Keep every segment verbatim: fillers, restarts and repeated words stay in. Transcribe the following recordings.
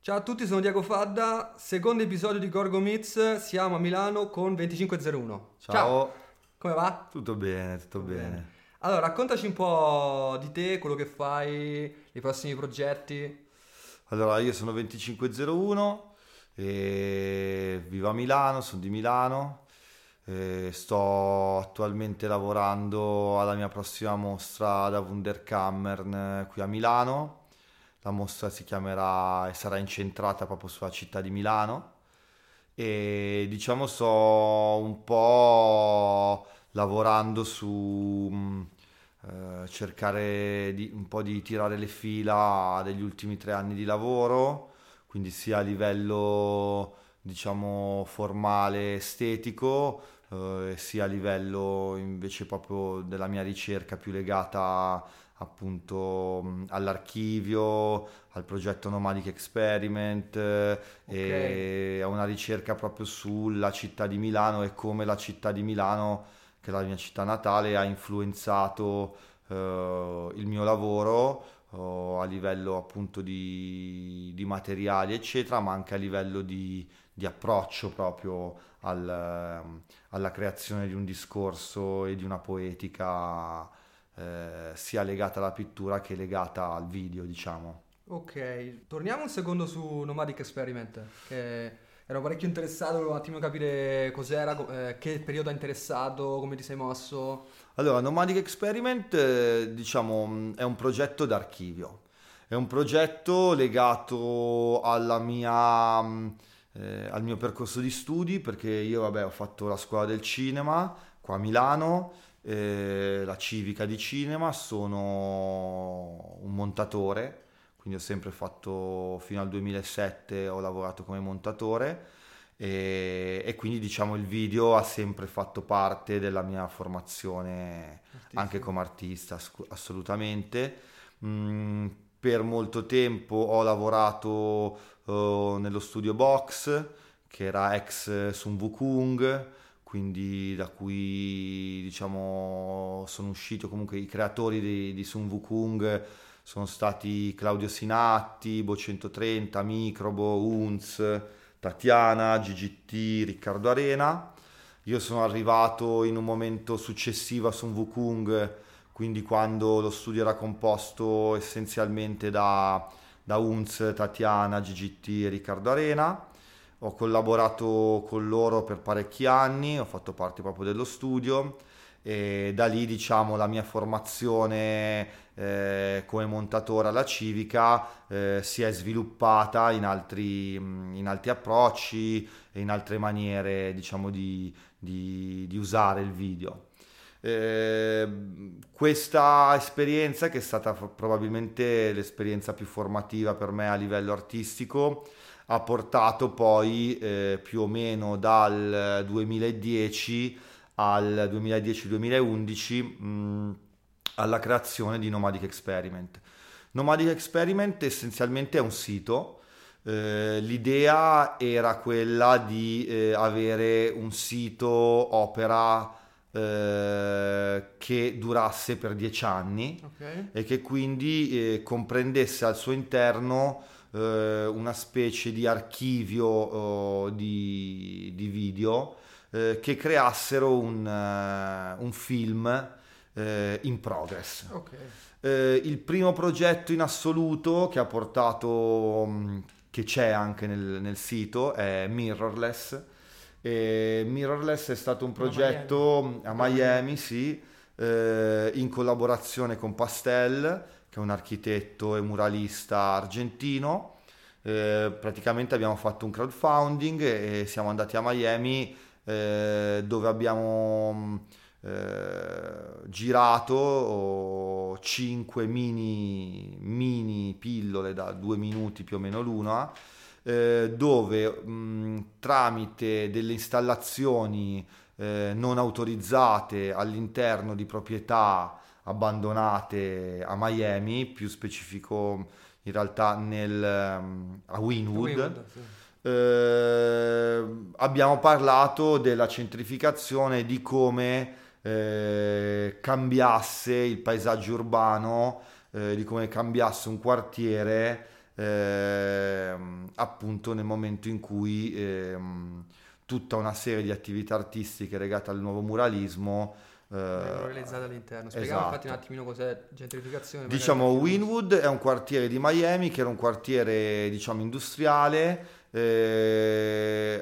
Ciao a tutti, sono Diego Fadda, secondo episodio di Gorgo Meets, siamo a Milano con venticinque zero uno. Ciao, Ciao, come va? tutto bene, tutto Tutto bene. bene. Allora, raccontaci un po' di te, quello che fai, i prossimi progetti. Allora, io sono venticinque zero uno e vivo a Milano, sono di Milano. E sto attualmente lavorando alla mia prossima mostra da Wunderkammern qui a Milano. La mostra si chiamerà e sarà incentrata proprio sulla città di Milano. E diciamo sto un po' lavorando su mh, eh, cercare di, un po' di tirare le fila degli ultimi tre anni di lavoro, quindi sia a livello diciamo formale, estetico, eh, sia a livello invece proprio della mia ricerca più legata appunto mh, all'archivio, al progetto Nomadic Experiment, eh, Ok, e a una ricerca proprio sulla città di Milano e come la città di Milano, che è la mia città natale, ha influenzato eh, il mio lavoro eh, a livello appunto di, di materiali, eccetera, ma anche a livello di, di approccio proprio al, ehm, alla creazione di un discorso e di una poetica eh, sia legata alla pittura che legata al video, diciamo. ok. Torniamo un secondo su Nomadic Experiment, che ero parecchio interessato, volevo un attimo capire cos'era, co- eh, che periodo ha interessato, come ti sei mosso. Allora, Nomadic Experiment, eh, diciamo, mh, è un progetto d'archivio. È un progetto legato alla mia, mh, eh, al mio percorso di studi, perché io, vabbè, ho fatto la scuola del cinema qua a Milano, eh, la civica di cinema, sono un montatore, quindi ho sempre fatto, fino al duemilasette ho lavorato come montatore e, e quindi diciamo il video ha sempre fatto parte della mia formazione anche Artistico. come artista, scu- assolutamente. Mm, per molto tempo ho lavorato eh, nello studio Box, che era ex Sun Wukong, quindi da cui diciamo sono usciti comunque i creatori di, di Sun Wukong sono stati Claudio Sinatti, Bo centotrenta, Microbo, Unz, Tatiana, G G T, Riccardo Arena. Io sono arrivato in un momento successivo a Sun Wukong, quindi quando lo studio era composto essenzialmente da, da Unz, Tatiana, G G T e Riccardo Arena. Ho collaborato con loro per parecchi anni, ho fatto parte proprio dello studio e da lì diciamo la mia formazione eh, come montatore alla civica eh, si è sviluppata in altri, in altri approcci e in altre maniere diciamo di, di, di usare il video. Eh, questa esperienza, che è stata f- probabilmente l'esperienza più formativa per me a livello artistico, ha portato poi eh, più o meno dal duemiladieci al duemiladieci-duemilaundici mh, alla creazione di Nomadic Experiment. Nomadic Experiment essenzialmente è un sito. Eh, l'idea era quella di eh, avere un sito opera eh, che durasse per dieci anni Ok, e che quindi eh, comprendesse al suo interno eh, una specie di archivio oh, di, di video eh, che creassero un, eh, un film eh, in progress. ok. Eh, il primo progetto in assoluto che ha portato, mh, che c'è anche nel, nel sito, è Mirrorless. E Mirrorless è stato un A Miami. progetto a Ok, a Miami. Miami, sì, eh, in collaborazione con Pastel, che è un architetto e muralista argentino. Eh, praticamente abbiamo fatto un crowdfunding e siamo andati a Miami eh, dove abbiamo eh, girato cinque mini, mini pillole da due minuti più o meno l'una, eh, dove mh, tramite delle installazioni eh, non autorizzate all'interno di proprietà abbandonate a Miami, più specifico in realtà nel, ehm, a Wynwood, Wynwood, sì. eh, abbiamo parlato della centrificazione, di come eh, cambiasse il paesaggio urbano, eh, di come cambiasse un quartiere ehm, appunto nel momento in cui ehm, tutta una serie di attività artistiche legate al nuovo muralismo vengono eh, realizzate all'interno. Spieghiamo esatto. infatti un attimino cos'è gentrificazione. Diciamo Wynwood è un quartiere di Miami che era un quartiere diciamo industriale, eh,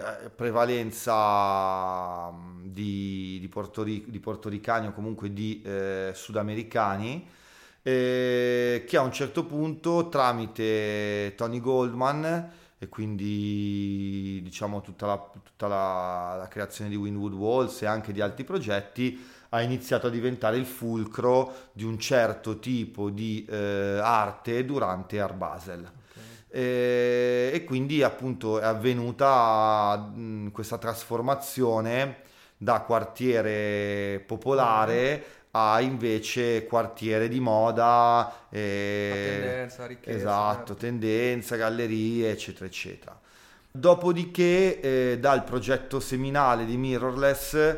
prevalenza di, di, portoric- di portoricani o comunque di eh, sudamericani, eh, che a un certo punto tramite Tony Goldman e quindi diciamo tutta la, tutta la, la creazione di Wynwood Walls e anche di altri progetti ha iniziato a diventare il fulcro di un certo tipo di eh, arte durante Art Basel. Okay. E, e quindi appunto è avvenuta mh, questa trasformazione da quartiere popolare a invece quartiere di moda, eh, tendenza, ricchezza, esatto, certo. tendenza, gallerie, eccetera, eccetera. Dopodiché, eh, dal progetto seminale di Mirrorless,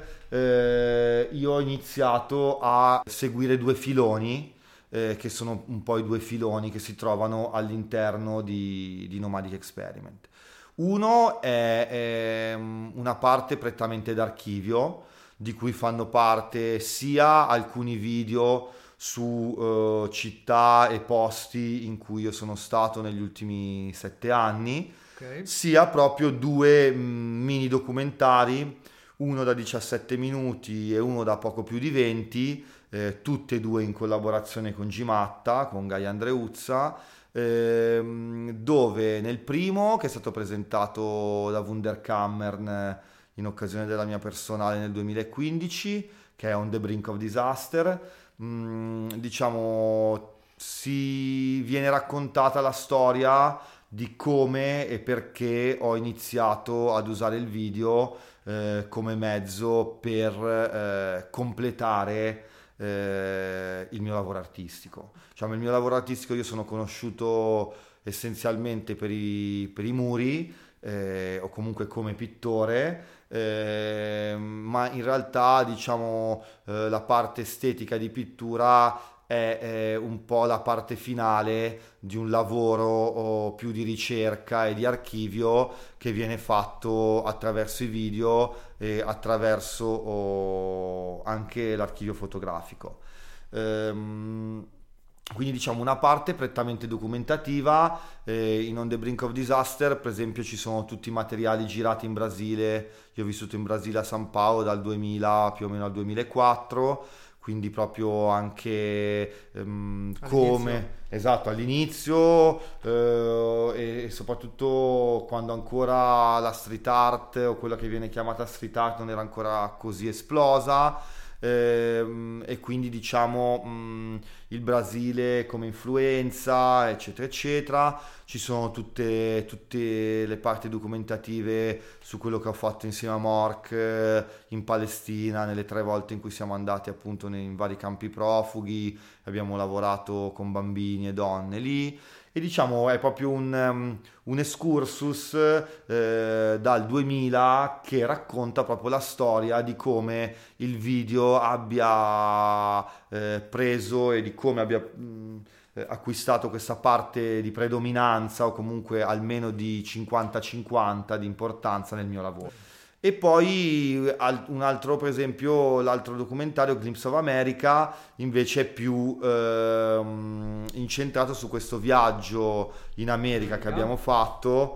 eh, io ho iniziato a seguire due filoni, eh, che sono un po' i due filoni che si trovano all'interno di, di Nomadic Experiment. Uno è, è una parte prettamente d'archivio, di cui fanno parte sia alcuni video su eh, città e posti in cui io sono stato negli ultimi sette anni, Okay. sia proprio due mh, mini documentari, uno da diciassette minuti e uno da poco più di venti, eh, tutte e due in collaborazione con Gimatta, con Gaia Andreuzza, ehm, dove nel primo, che è stato presentato da Wunderkammern in occasione della mia personale nel duemilaquindici, che è On the Brink of Disaster, mh, diciamo si viene raccontata la storia di come e perché ho iniziato ad usare il video eh, come mezzo per eh, completare eh, il mio lavoro artistico. Diciamo, il mio lavoro artistico io sono conosciuto essenzialmente per i, per i muri eh, o comunque come pittore, eh, ma in realtà diciamo eh, la parte estetica di pittura è, è un po' la parte finale di un lavoro oh, più di ricerca e di archivio che viene fatto attraverso i video e attraverso oh, anche l'archivio fotografico. Ehm, quindi diciamo una parte prettamente documentativa, eh, in On the Brink of Disaster per esempio ci sono tutti i materiali girati in Brasile, io ho vissuto in Brasile a San Paolo dal duemila più o meno al duemilaquattro, quindi proprio anche ehm, come esatto all'inizio eh, e soprattutto quando ancora la street art o quella che viene chiamata street art non era ancora così esplosa. Ehm, e quindi diciamo mh, il Brasile come influenza eccetera eccetera, ci sono tutte, tutte le parti documentative su quello che ho fatto insieme a Mork eh, in Palestina nelle tre volte in cui siamo andati appunto nei, in vari campi profughi, abbiamo lavorato con bambini e donne lì. E diciamo è proprio un, um, un excursus eh, dal duemila che racconta proprio la storia di come il video abbia eh, preso e di come abbia mh, acquistato questa parte di predominanza o comunque almeno di cinquanta cinquanta di importanza nel mio lavoro. E poi un altro, per esempio, l'altro documentario, Glimpse of America, invece è più ehm, incentrato su questo viaggio in America che abbiamo fatto,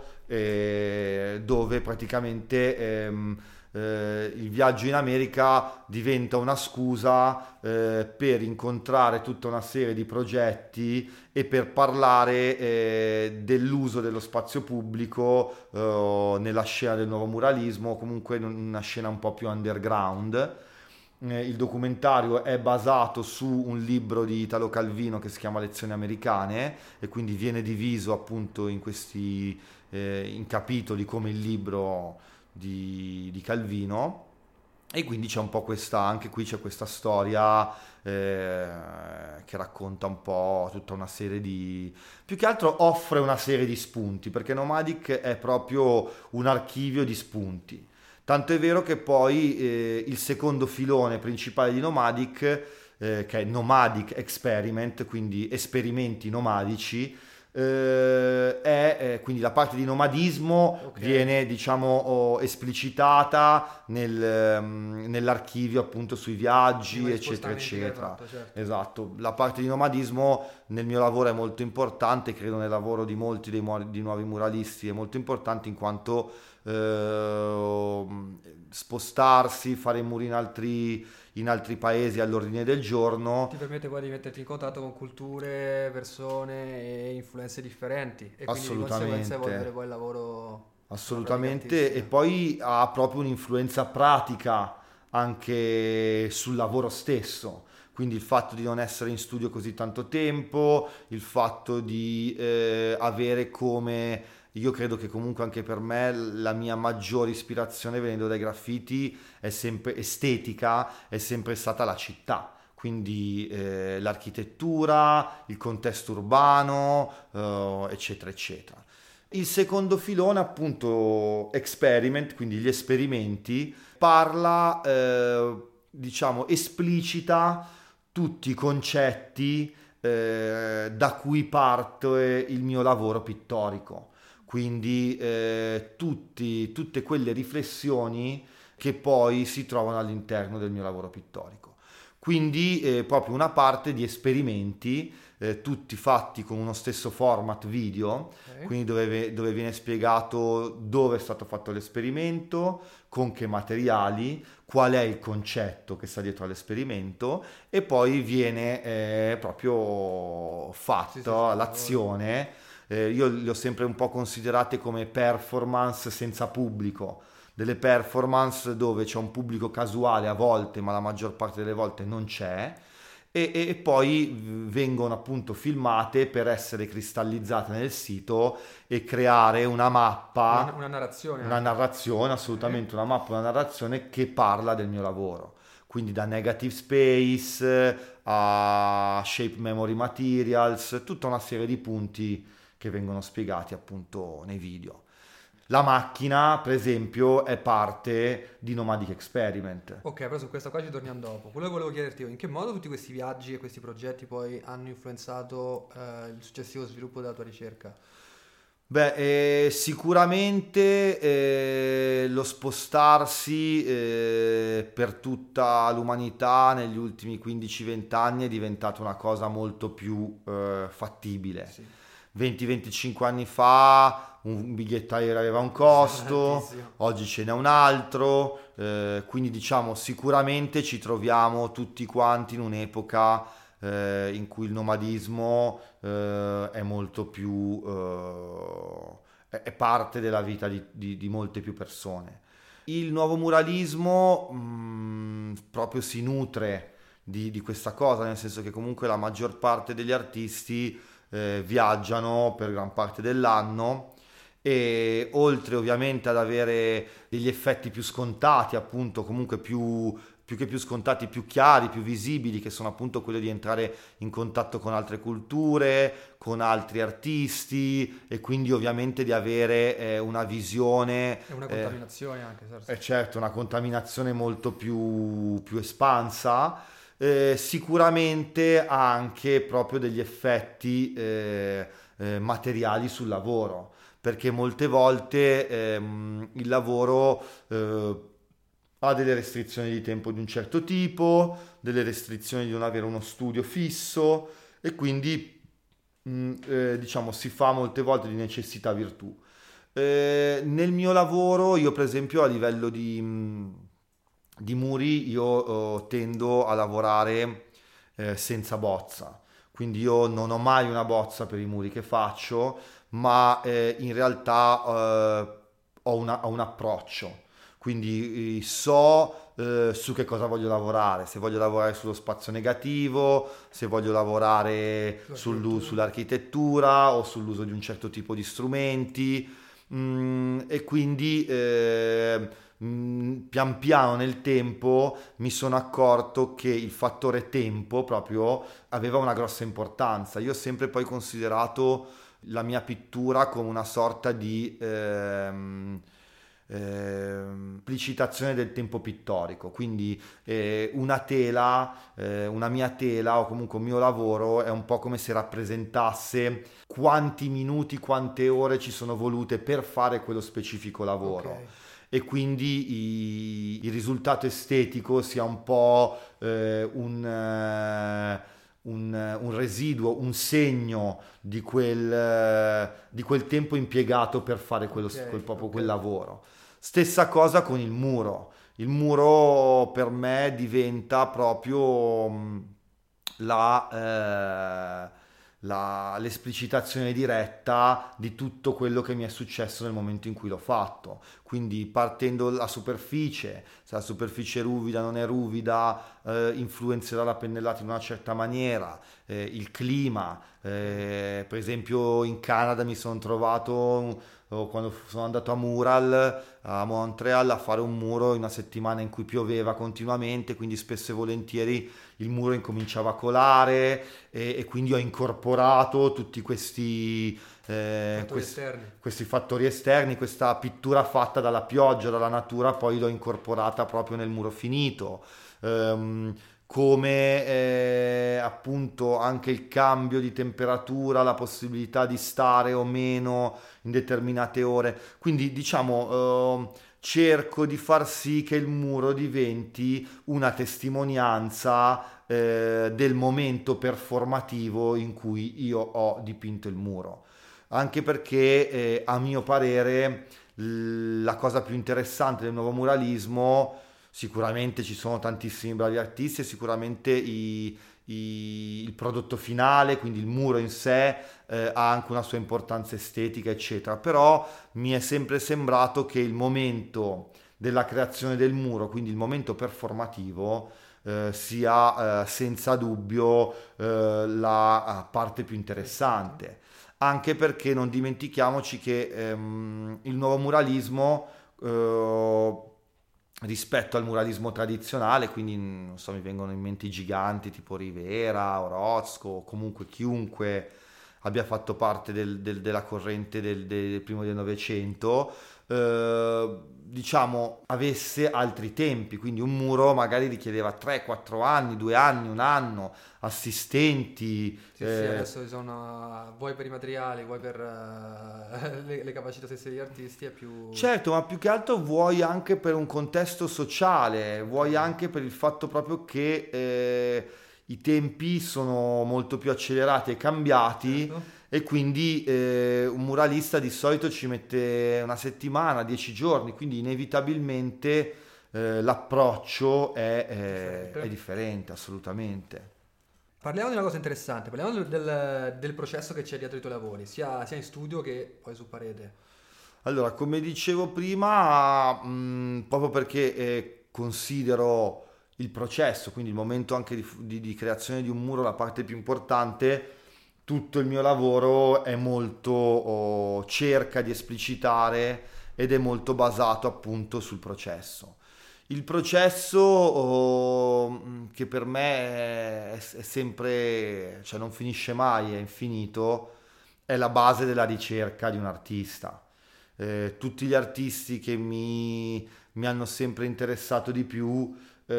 eh, dove praticamente ehm, eh, il viaggio in America diventa una scusa eh, per incontrare tutta una serie di progetti e per parlare eh, dell'uso dello spazio pubblico eh, nella scena del nuovo muralismo, comunque in una scena un po' più underground. Eh, il documentario è basato su un libro di Italo Calvino che si chiama Lezioni americane e quindi viene diviso appunto in questi eh, in capitoli come il libro di, di Calvino. E quindi c'è un po' questa, anche qui c'è questa storia eh, che racconta un po' tutta una serie di... più che altro offre una serie di spunti, perché Nomadic è proprio un archivio di spunti. Tanto è vero che poi eh, il secondo filone principale di Nomadic, eh, che è Nomadic Experiment, quindi esperimenti nomadici, eh, è eh, quindi la parte di nomadismo Ok. viene diciamo oh, esplicitata nel, ehm, nell'archivio appunto sui viaggi Prima gli eccetera spostamenti che hai eccetera. fatto, certo. Esatto, la parte di nomadismo nel mio lavoro è molto importante, credo nel lavoro di molti dei mu- di nuovi muralisti è molto importante in quanto eh, spostarsi, fare muri in altri, in altri paesi all'ordine del giorno. Ti permette poi di metterti in contatto con culture, persone e influenze differenti e quindi di conseguenza evolvere Assolutamente, poi il lavoro, la pratica assolutamente, e artistica. poi ha proprio un'influenza pratica anche sul lavoro stesso. Quindi il fatto di non essere in studio così tanto tempo, il fatto di eh, avere come, io credo che comunque anche per me la mia maggiore ispirazione venendo dai graffiti è sempre estetica, è sempre stata la città. Quindi eh, l'architettura, il contesto urbano, eh, eccetera, eccetera. Il secondo filone, appunto, experiment, quindi gli esperimenti, parla, eh, diciamo, esplicita tutti i concetti eh, da cui parte il mio lavoro pittorico. Quindi eh, tutti- tutte quelle riflessioni che poi si trovano all'interno del mio lavoro pittorico. Quindi eh, proprio una parte di esperimenti, eh, tutti fatti con uno stesso format video, Ok. quindi dove, ve- dove viene spiegato dove è stato fatto l'esperimento, con che materiali, qual è il concetto che sta dietro all'esperimento e poi viene eh, proprio Sì, sì, sì, fatta ho voglia. l'azione. Eh, io le ho sempre un po' considerate come performance senza pubblico, delle performance dove c'è un pubblico casuale a volte, ma la maggior parte delle volte non c'è, e, e poi vengono appunto filmate per essere cristallizzate nel sito e creare una Una, mappa, una narrazione una anche. narrazione, Ok. assolutamente una mappa, una narrazione che parla del mio lavoro. Quindi da Negative Space a Shape Memory Materials, tutta una serie di punti che vengono spiegati appunto nei video. La macchina, per esempio, è parte di Nomadic Experiment. Ok, però su questa qua ci torniamo dopo. Quello che volevo chiederti io, in che modo tutti questi viaggi e questi progetti poi hanno influenzato eh, il successivo sviluppo della tua ricerca? Beh, eh, sicuramente eh, lo spostarsi eh, per tutta l'umanità negli ultimi quindici venti anni è diventata una cosa molto più eh, fattibile. Sì, venti venticinque anni fa un biglietto aereo aveva un costava costo, tantissimo. oggi ce n'è un altro, eh, quindi diciamo sicuramente ci troviamo tutti quanti in un'epoca eh, in cui il nomadismo eh, è molto più, eh, è è parte della vita di, di- di molte più persone. Il nuovo muralismo mh, proprio si nutre di, di questa cosa, nel senso che comunque la maggior parte degli artisti eh, viaggiano per gran parte dell'anno e oltre ovviamente ad avere degli effetti più scontati, appunto, comunque più, più che più scontati, più chiari, più visibili, che sono appunto quello di entrare in contatto con altre culture, con altri artisti e quindi ovviamente di avere eh, una visione, È una eh, contaminazione anche, certo. eh, certo, una contaminazione molto più, più espansa. Eh, sicuramente ha anche proprio degli effetti eh, eh, materiali sul lavoro perché molte volte ehm, il lavoro eh, ha delle restrizioni di tempo di un certo tipo, delle restrizioni di non avere uno studio fisso e quindi mh, eh, diciamo si fa molte volte di necessità virtù. Eh, nel mio lavoro, io per esempio a livello di, mh, di muri, io eh, tendo a lavorare eh, senza bozza. Quindi io non ho mai una bozza per i muri che faccio, ma eh, in realtà eh, ho, una- ho un approccio. Quindi eh, so eh, su che cosa voglio lavorare, se voglio lavorare sullo spazio negativo, se voglio lavorare sullu- Sull'architettura. sull'architettura o sull'uso di un certo tipo di strumenti. Mm, e quindi eh, mm, pian piano nel tempo mi sono accorto che il fattore tempo proprio aveva una grossa importanza. Io ho sempre poi considerato la mia pittura come una sorta di, ehm, eh, esplicitazione del tempo pittorico, quindi eh, una tela, eh, una mia tela o comunque un mio lavoro è un po' come se rappresentasse quanti minuti, quante ore ci sono volute per fare quello specifico lavoro. Ok. E quindi i- il risultato estetico sia un po' eh, un, eh, un- un residuo, un segno di quel, eh, di quel tempo impiegato per fare quello, Ok, quel, proprio ok. quel lavoro. Stessa cosa con il muro. Il muro per me diventa proprio mh, la, eh, la- l'esplicitazione diretta di tutto quello che mi è successo nel momento in cui l'ho fatto. Quindi partendo dalla superficie, se la superficie è ruvida, non è ruvida, eh, influenzerà la pennellata in una certa maniera, eh, il clima, eh, per esempio in Canada mi sono trovato o quando sono andato a Mural a Montreal a fare un muro in una settimana in cui pioveva continuamente, quindi spesso e volentieri il muro incominciava a colare e, e quindi ho incorporato tutti questi, eh, Fattori questi, esterni. questi fattori esterni, questa pittura fatta dalla pioggia, dalla natura, poi l'ho incorporata proprio nel muro finito. Ehm, come eh, appunto anche il cambio di temperatura, la possibilità di stare o meno in determinate ore. Quindi diciamo eh, cerco di far sì che il muro diventi una testimonianza eh, del momento performativo in cui io ho dipinto il muro. Anche perché eh, a mio parere l- la cosa più interessante del nuovo muralismo, sicuramente ci sono tantissimi bravi artisti e sicuramente i- i- il prodotto finale, quindi il muro in sé, eh, ha anche una sua importanza estetica, eccetera. Però mi è sempre sembrato che il momento della creazione del muro, quindi il momento performativo, eh, sia eh, senza dubbio eh, la eh, parte più interessante. Anche perché non dimentichiamoci che ehm, il nuovo muralismo eh, rispetto al muralismo tradizionale, quindi non so, mi vengono in mente i giganti tipo Rivera, Orozco, o comunque chiunque abbia fatto parte del- del- della corrente del, del primo del Novecento, eh, diciamo, avesse altri tempi, quindi un muro magari richiedeva tre quattro anni, due anni, un anno, assistenti. Sì, sì, eh, adesso ci sono, vuoi per i materiali, vuoi per eh, le, le capacità stesse degli artisti, è più... Certo, ma più che altro vuoi anche per un contesto sociale, vuoi Ok. anche per il fatto proprio che eh, i tempi sono molto più accelerati e cambiati Certo. e quindi eh, un muralista di solito ci mette una settimana, dieci giorni, quindi inevitabilmente eh, l'approccio è, eh, Differente. è differente, assolutamente. Parliamo di una cosa interessante, parliamo del, del- del processo che c'è dietro i tuoi lavori, sia, sia in studio che poi su parete. Allora, come dicevo prima, mh, proprio perché eh, considero il processo, quindi il momento anche di, di- di creazione di un muro, la parte più importante, tutto il mio lavoro è molto, oh, cerca di esplicitare ed è molto basato appunto sul processo. Il processo, oh, mh, che per me è, è sempre, cioè non finisce mai, è infinito, è la base della ricerca di un artista. Eh, tutti gli artisti che mi, mi hanno sempre interessato di più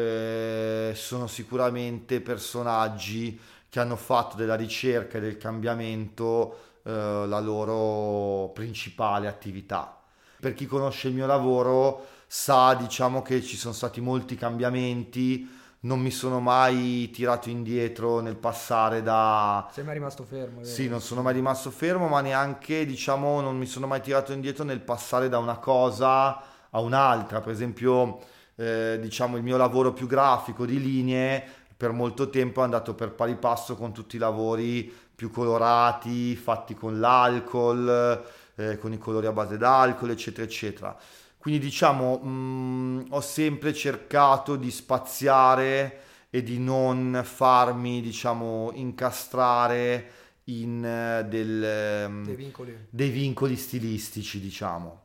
eh, sono sicuramente personaggi che hanno fatto della ricerca e del cambiamento eh, la loro principale attività. Per chi conosce il mio lavoro sa, diciamo, che ci sono stati molti cambiamenti, non mi sono mai tirato indietro nel passare da... Sei mai rimasto fermo, è Sì, vero? non sono mai rimasto fermo, ma neanche, diciamo, non mi sono mai tirato indietro nel passare da una cosa a un'altra. Per esempio, eh, diciamo, il mio lavoro più grafico di linee per molto tempo è andato per pari passo con tutti i lavori più colorati, fatti con l'alcol, eh, con i colori a base d'alcol, eccetera, eccetera. Quindi, diciamo, mh, ho sempre cercato di spaziare e di non farmi, diciamo, incastrare in eh, del, Dei ehm, vincoli. dei vincoli stilistici, diciamo.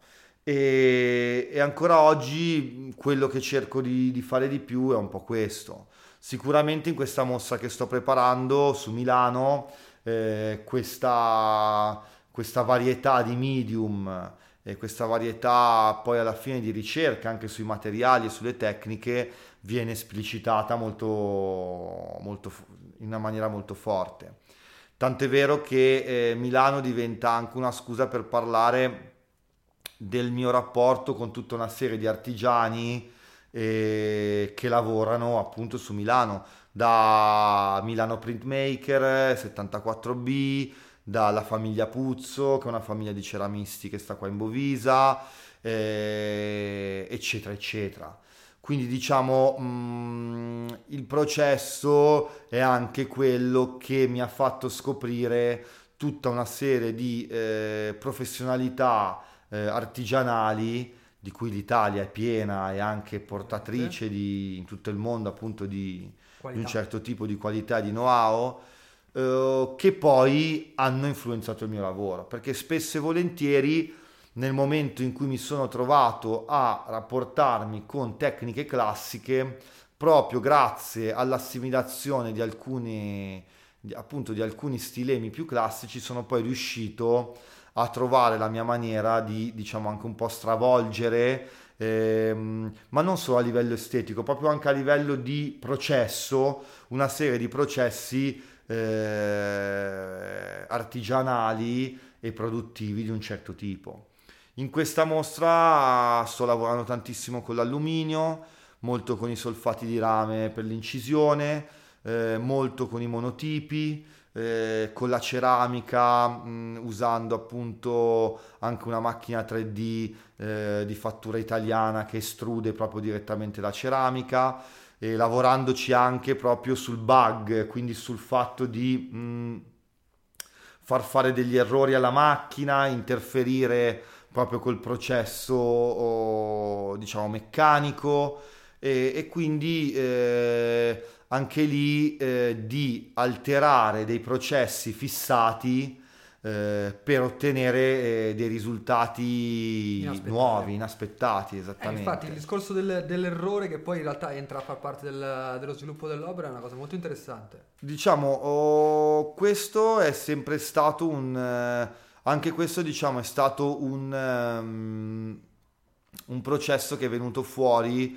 E, e ancora oggi mh, quello che cerco di, di fare di più è un po' questo. Sicuramente in questa mostra che sto preparando su Milano, eh, questa, questa varietà di medium e questa varietà poi alla fine di ricerca anche sui materiali e sulle tecniche viene esplicitata molto, molto, in una maniera molto forte. Tant'è vero che eh, Milano diventa anche una scusa per parlare del mio rapporto con tutta una serie di artigiani eh, che lavorano appunto su Milano, da Milano Printmaker, settantaquattro B, dalla famiglia Puzzo, che è una famiglia di ceramisti che sta qua in Bovisa, eh, eccetera, eccetera. Quindi diciamo mh, il processo è anche quello che mi ha fatto scoprire tutta una serie di eh, professionalità eh, artigianali di cui l'Italia è piena e anche portatrice di, in tutto il mondo appunto di, di un certo tipo di qualità e di know-how eh, che poi hanno influenzato il mio lavoro, perché spesso e volentieri nel momento in cui mi sono trovato a rapportarmi con tecniche classiche, proprio grazie all'assimilazione di alcuni, di, appunto di alcuni stilemi più classici, sono poi riuscito a trovare la mia maniera di, diciamo, anche un po' stravolgere, ehm, ma non solo a livello estetico, proprio anche a livello di processo, una serie di processi eh, artigianali e produttivi di un certo tipo. In questa mostra sto lavorando tantissimo con l'alluminio, molto con i solfati di rame per l'incisione, eh, molto con i monotipi, eh, con la ceramica, mh, usando appunto anche una macchina tre D eh, di fattura italiana che estrude proprio direttamente la ceramica, e lavorandoci anche proprio sul bug, quindi sul fatto di mh, far fare degli errori alla macchina, interferire proprio col processo o, diciamo meccanico e, e quindi eh, anche lì eh, di alterare dei processi fissati eh, per ottenere eh, dei risultati Inaspettati. nuovi, inaspettati, Eh, esattamente. infatti il discorso del- dell'errore che poi in realtà entra a far parte del- dello sviluppo dell'opera è una cosa molto interessante. Diciamo, oh, questo è sempre stato un... eh, anche questo, diciamo, è stato un, ehm, un processo che è venuto fuori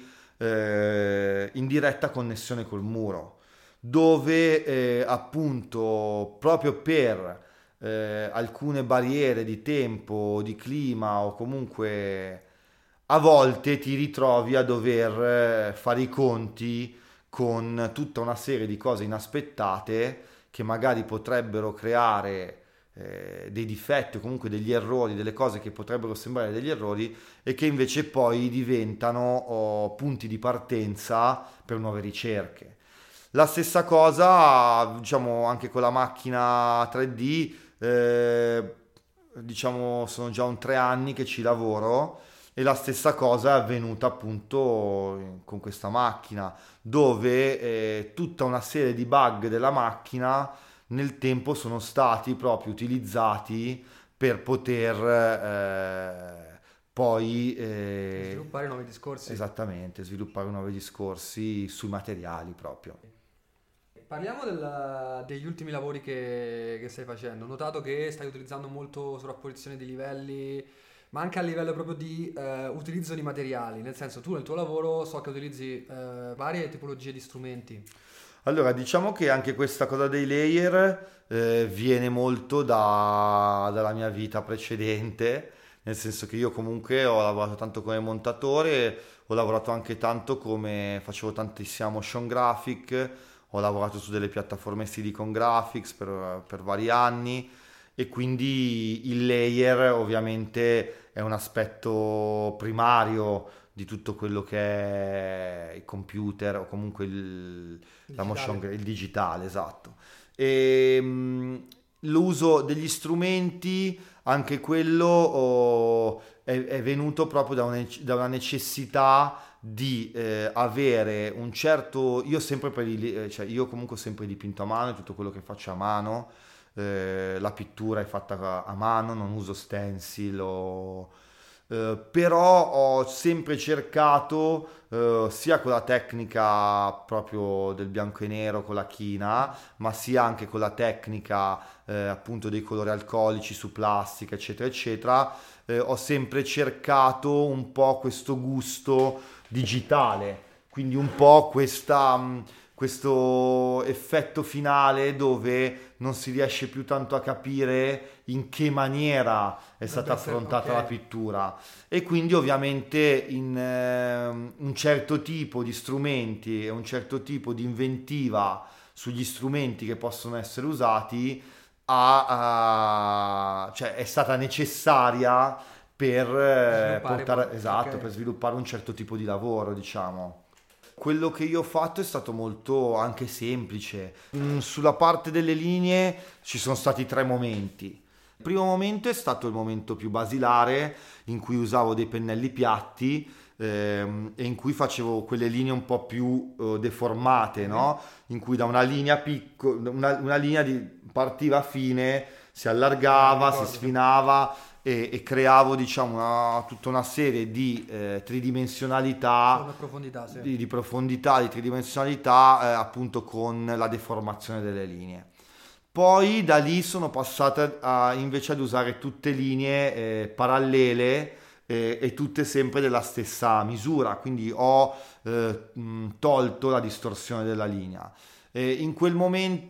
eh, in diretta connessione col muro, dove eh, appunto proprio per eh, alcune barriere di tempo, di clima o comunque a volte ti ritrovi a dover eh, fare i conti con tutta una serie di cose inaspettate che magari potrebbero creare eh, dei difetti o comunque degli errori, delle cose che potrebbero sembrare degli errori e che invece poi diventano oh, punti di partenza per nuove ricerche. La stessa cosa, diciamo, anche con la macchina tre D, eh, diciamo, sono già un tre anni che ci lavoro e la stessa cosa è avvenuta appunto con questa macchina, dove eh, tutta una serie di bug della macchina nel tempo sono stati proprio utilizzati per poter eh, poi eh, Sviluppare nuovi discorsi. esattamente sviluppare nuovi discorsi sui materiali proprio. Parliamo del- degli ultimi lavori che, che stai facendo. Ho notato che stai utilizzando molto sovrapposizione di livelli, ma anche a livello proprio di eh, utilizzo di materiali. Nel senso, tu nel tuo lavoro so che utilizzi eh, varie tipologie di strumenti. Allora, diciamo che anche questa cosa dei layer eh, viene molto da- dalla mia vita precedente, nel senso che io comunque ho lavorato tanto come montatore, ho lavorato anche tanto come facevo tantissima motion graphic, ho lavorato su delle piattaforme Silicon Graphics per, per vari anni e quindi il layer ovviamente è un aspetto primario di tutto quello che è il computer o comunque il, la motion, Digitale. il digitale, esatto. E, mh, l'uso degli strumenti, anche quello oh, è, è venuto proprio da, una- da una necessità di eh, avere un certo... Io sempre per i- cioè io comunque ho sempre dipinto a mano, tutto quello che faccio a mano, eh, la pittura è fatta a mano, non uso stencil o Eh, però ho sempre cercato, eh, sia con la tecnica proprio del bianco e nero con la china, ma sia anche con la tecnica eh, appunto dei colori alcolici su plastica, eccetera, eccetera. Eh, ho sempre cercato un po' questo gusto digitale, quindi un po' questa, mh, questo effetto finale dove non si riesce più tanto a capire in che maniera è stata Dovrebbe essere- affrontata la ok. pittura, e quindi ovviamente in ehm, un certo tipo di strumenti e un certo tipo di inventiva sugli strumenti che possono essere usati ha- ha- cioè è stata necessaria per eh, Sviluppare poi, portare, esatto, per ok. sviluppare un certo tipo di lavoro, diciamo. Quello che io ho fatto è stato molto anche semplice. Mm, sulla parte delle linee ci sono stati tre momenti. Il primo momento è stato il momento più basilare, in cui usavo dei pennelli piatti ehm, e in cui facevo quelle linee un po' più eh, deformate, Ok. no? In cui da una linea piccola, una, una linea di, partiva a fine, si allargava, si Ricordo, sì. sfinava e, e creavo, diciamo, una- tutta una serie di eh, tridimensionalità, Forma e profondità, sì. di, di profondità, di tridimensionalità, eh, appunto con la deformazione delle linee. Poi da lì sono passate a, invece ad usare tutte linee eh, parallele eh, e tutte sempre della stessa misura, quindi ho eh, mh, tolto la distorsione della linea. E in quel momento,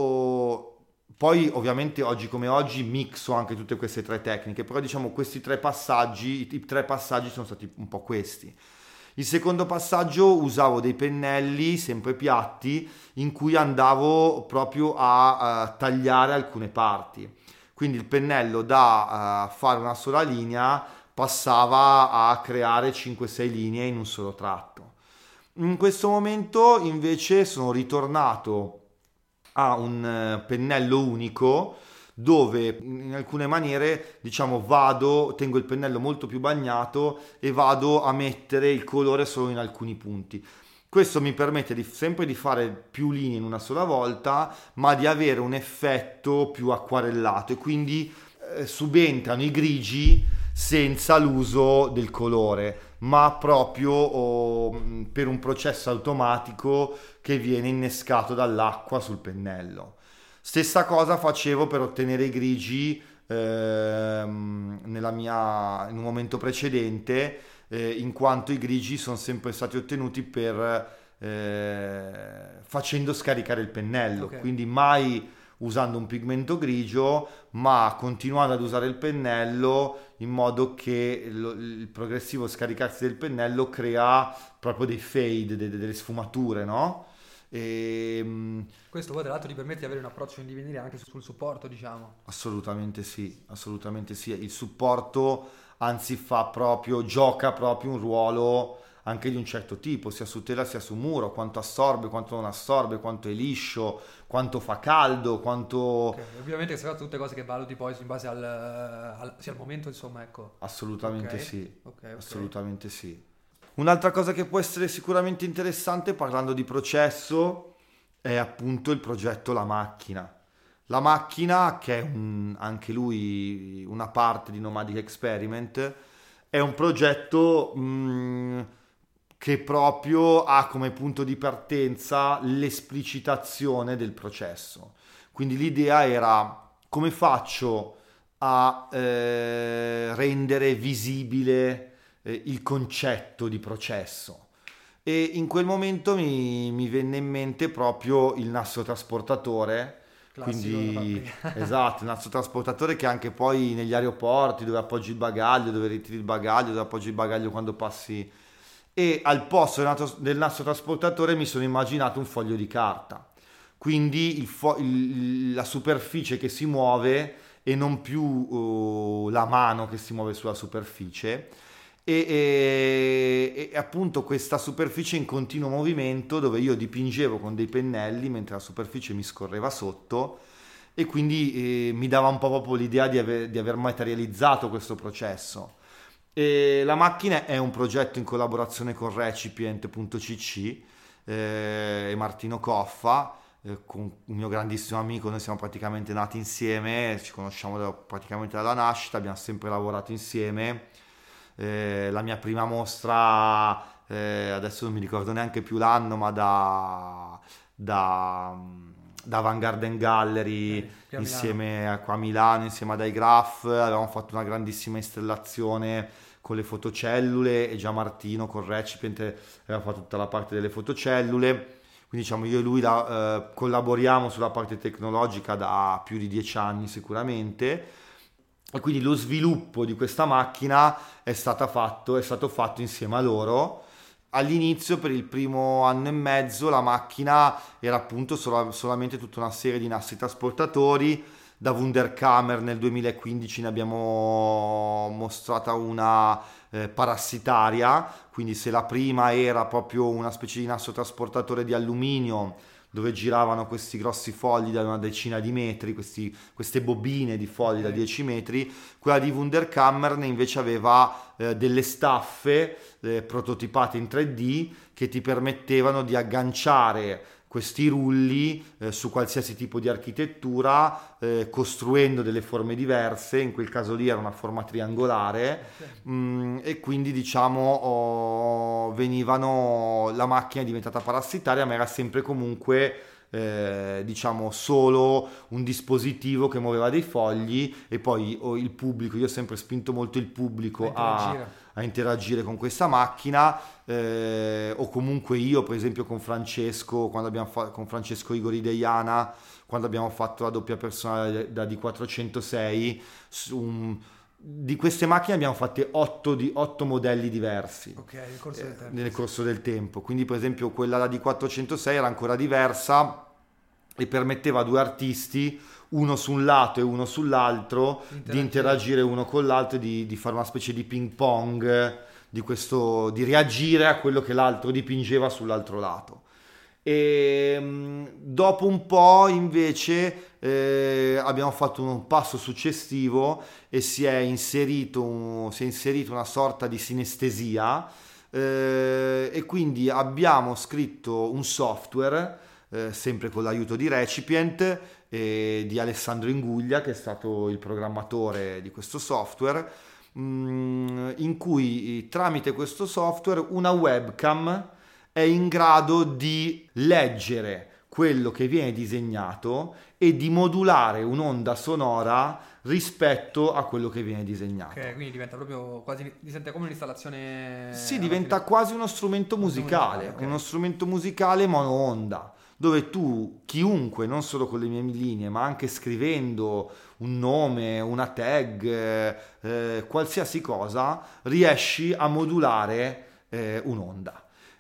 oh, poi ovviamente oggi come oggi mixo anche tutte queste tre tecniche, però diciamo questi tre passaggi, i, i tre passaggi sono stati un po' questi. Il secondo passaggio usavo dei pennelli sempre piatti in cui andavo proprio a, a tagliare alcune parti. Quindi il pennello da eh, fare una sola linea passava a creare cinque sei linee in un solo tratto. In questo momento invece sono ritornato a un eh, pennello unico dove in alcune maniere diciamo vado, tengo il pennello molto più bagnato e vado a mettere il colore solo in alcuni punti. Questo mi permette di, sempre di fare più linee in una sola volta, ma di avere un effetto più acquarellato e quindi eh, subentrano i grigi senza l'uso del colore, ma proprio oh, mh, per un processo automatico che viene innescato dall'acqua sul pennello. Stessa cosa facevo per ottenere i grigi ehm, nella mia, in un momento precedente, eh, in quanto i grigi sono sempre stati ottenuti per eh, facendo scaricare il pennello, Ok. quindi mai usando un pigmento grigio, ma continuando ad usare il pennello in modo che lo- il progressivo scaricarsi del pennello crea proprio dei fade, de- de- delle sfumature, no? E, mm, Questo poi tra l'altro ti permette di avere un approccio individuale anche sul supporto, diciamo. assolutamente sì, assolutamente sì. Il supporto anzi fa proprio, gioca proprio un ruolo anche di un certo tipo, sia su tela sia su muro, quanto assorbe, quanto non assorbe, quanto è liscio, quanto fa caldo, quanto... Ok, ovviamente queste sono tutte cose che valuti poi in base al, al, sì, al momento, insomma, ecco. Assolutamente Ok, sì, ok, ok. assolutamente sì. Un'altra cosa che può essere sicuramente interessante parlando di processo è appunto il progetto La Macchina. La Macchina, che è un- anche lui una parte di Nomadic Experiment, è un progetto mh, che proprio ha come punto di partenza l'esplicitazione del processo. Quindi l'idea era come faccio a eh, rendere visibile eh, il concetto di processo. E in quel momento mi, mi venne in mente proprio il nastro trasportatore, Classico della quindi fabbrica. esatto, il nastro trasportatore che anche poi negli aeroporti dove appoggi il bagaglio, dove ritiri il bagaglio, dove appoggi il bagaglio quando passi. E al posto del nastro, del nastro trasportatore mi sono immaginato un foglio di carta. Quindi il fo- il- la superficie che si muove e non più uh, la mano che si muove sulla superficie e, e- e appunto questa superficie in continuo movimento dove io dipingevo con dei pennelli mentre la superficie mi scorreva sotto e quindi eh, mi dava un po' proprio l'idea di aver, di aver materializzato questo processo. E la macchina è un progetto in collaborazione con Recipient punto c c eh, e Martino Coffa, eh, con un mio grandissimo amico. Noi siamo praticamente nati insieme, ci conosciamo da- praticamente dalla nascita, abbiamo sempre lavorato insieme eh, la mia prima mostra, eh, adesso non mi ricordo neanche più l'anno, ma da, da, da Van Garden Gallery, Eh, qui a insieme a, qua a Milano, insieme ad iGraph, avevamo fatto una grandissima installazione con le fotocellule e già Martino con Recipient aveva fatto tutta la parte delle fotocellule. Quindi diciamo io e lui la, eh, collaboriamo sulla parte tecnologica da più di dieci anni sicuramente, e quindi lo sviluppo di questa macchina è, stata fatto, è stato fatto insieme a loro. All'inizio, per il primo anno e mezzo, la macchina era appunto sola, solamente tutta una serie di nastri trasportatori. Da Wunderkammer nel duemilaquindici ne abbiamo mostrata una eh, parassitaria, quindi se la prima era proprio una specie di nastro trasportatore di alluminio dove giravano questi grossi fogli da una decina di metri, questi, queste bobine di fogli da dieci metri, quella di Wunderkammer ne invece aveva eh, delle staffe eh, prototipate in tre D che ti permettevano di agganciare questi rulli eh, su qualsiasi tipo di architettura, eh, costruendo delle forme diverse. In quel caso lì era una forma triangolare, okay. mh, e quindi diciamo oh, venivano, la macchina è diventata parassitaria, ma era sempre comunque eh, diciamo solo un dispositivo che muoveva dei fogli, e poi oh, il pubblico, io ho sempre spinto molto il pubblico a a interagire con questa macchina, eh, o comunque io per esempio con Francesco, quando abbiamo fatto con Francesco Igori Deiana, quando abbiamo fatto la doppia personale da D quattrocentosei, su un, di queste macchine abbiamo fatte otto, di, otto modelli diversi, okay, nel, corso del tempo, eh, nel sì. corso del tempo. Quindi per esempio quella da D quattrocentosei era ancora diversa e permetteva a due artisti, uno su un lato e uno sull'altro, interagire. di interagire uno con l'altro, di, di fare una specie di ping pong, di, questo, di reagire a quello che l'altro dipingeva sull'altro lato. E dopo un po' invece eh, abbiamo fatto un passo successivo e si è inserito, un, si è inserito una sorta di sinestesia, eh, e quindi abbiamo scritto un software, eh, sempre con l'aiuto di Recipient e di Alessandro Inguglia, che è stato il programmatore di questo software, mh, in cui tramite questo software una webcam è in grado di leggere quello che viene disegnato e di modulare un'onda sonora rispetto a quello che viene disegnato. Ok, quindi diventa proprio quasi, diventa come un'installazione. Sì, diventa quasi uno strumento musicale, okay. uno strumento musicale mono onda, dove tu, chiunque, non solo con le mie linee, ma anche scrivendo un nome, una tag, eh, qualsiasi cosa, riesci a modulare eh, un'onda.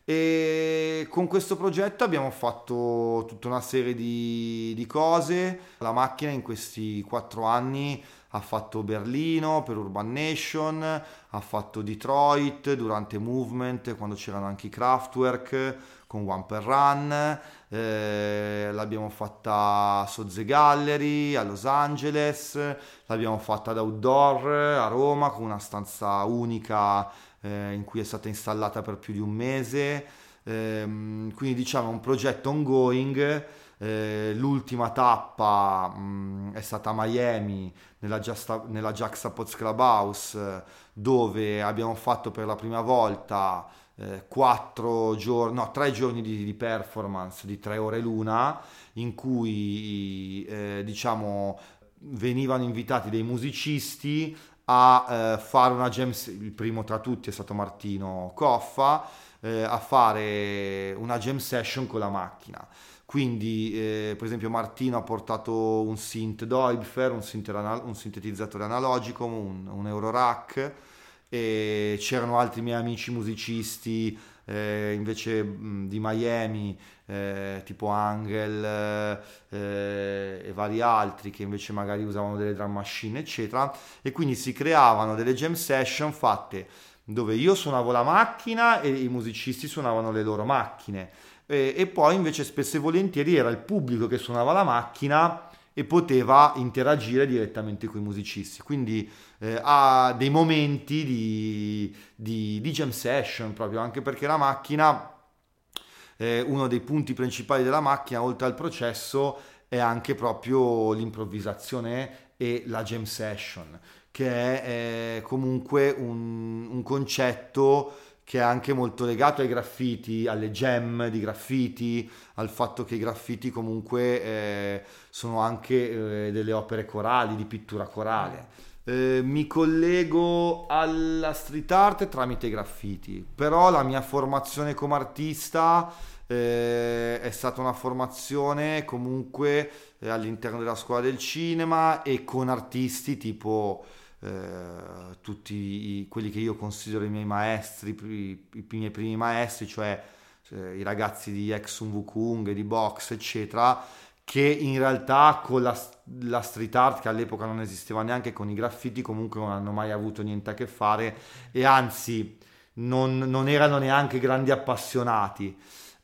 E con questo progetto abbiamo fatto tutta una serie di, di cose. La macchina in questi quattro anni ha fatto Berlino per Urban Nation, ha fatto Detroit durante Movement, quando c'erano anche i Kraftwerk con One Per Run, eh, l'abbiamo fatta a Sozze Gallery a Los Angeles, l'abbiamo fatta ad Outdoor a Roma con una stanza unica eh, in cui è stata installata per più di un mese, eh, quindi diciamo un progetto ongoing. Eh, l'ultima tappa mh, è stata a Miami nella, Justa, nella Juxtapoz Clubhouse, dove abbiamo fatto per la prima volta eh, quattro giorni, no, tre giorni di, di performance di tre ore l'una, in cui eh, diciamo venivano invitati dei musicisti a eh, fare una jam. Il primo tra tutti è stato Martino Coffa, eh, a fare una jam session con la macchina. Quindi eh, per esempio Martino ha portato un synth Doipfer, un, un sintetizzatore analogico, un, un Eurorack, e c'erano altri miei amici musicisti eh, invece mh, di Miami, eh, tipo Angel eh, e vari altri, che invece magari usavano delle drum machine eccetera, e quindi si creavano delle jam session fatte dove io suonavo la macchina e i musicisti suonavano le loro macchine. E, e poi invece spesso e volentieri era il pubblico che suonava la macchina e poteva interagire direttamente con i musicisti, quindi eh, ha dei momenti di, di, di jam session proprio, anche perché la macchina, eh, uno dei punti principali della macchina oltre al processo è anche proprio l'improvvisazione e la jam session, che è eh, comunque un, un concetto che è anche molto legato ai graffiti, alle gem di graffiti, al fatto che i graffiti comunque eh, sono anche eh, delle opere corali, di pittura corale. Eh, mi collego alla street art tramite i graffiti, però la mia formazione come artista eh, è stata una formazione comunque eh, all'interno della scuola del cinema e con artisti tipo eh, tutti i- quelli che io considero i miei maestri, i, i miei primi maestri, cioè eh, i ragazzi di Ex Sun Wukong, di Box, eccetera, che in realtà con la, la street art, che all'epoca non esisteva neanche, con i graffiti comunque non hanno mai avuto niente a che fare e anzi non, non erano neanche grandi appassionati.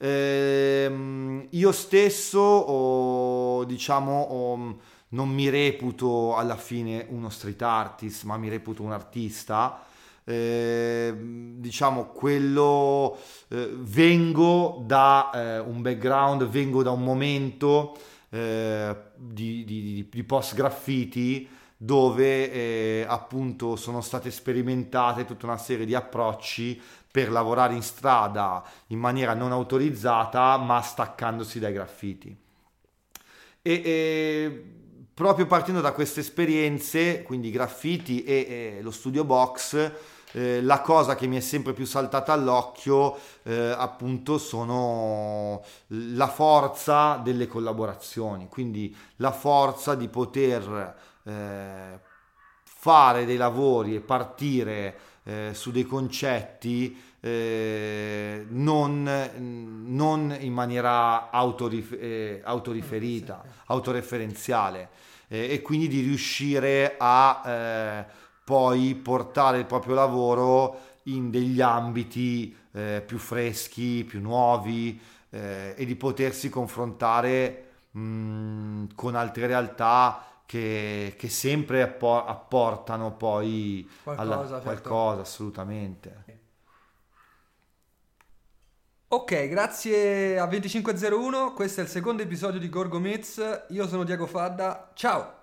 Ehm, io stesso ho, diciamo, ho- non mi reputo alla fine uno street artist, ma mi reputo un artista. Ehm, diciamo, quello eh, vengo da eh, un background, vengo da un momento eh, di, di- di post graffiti dove eh, appunto sono state sperimentate tutta una serie di approcci per lavorare in strada in maniera non autorizzata ma staccandosi dai graffiti. E, e proprio partendo da queste esperienze, quindi graffiti e, e lo studio box, eh, la cosa che mi è sempre più saltata all'occhio eh, appunto sono la forza delle collaborazioni, quindi la forza di poter eh, fare dei lavori e partire eh, su dei concetti eh, non, non in maniera autorif- eh, autoriferita, autoreferenziale eh, e quindi di riuscire a eh, poi portare il proprio lavoro in degli ambiti eh, più freschi, più nuovi eh, e di potersi confrontare mh, con altre realtà che, che sempre appo- apportano poi alla, Qualcosa, certo. qualcosa, assolutamente. Ok, grazie a venticinque zero uno, questo è il secondo episodio di Gorgo Meets, io sono Diego Fadda, ciao!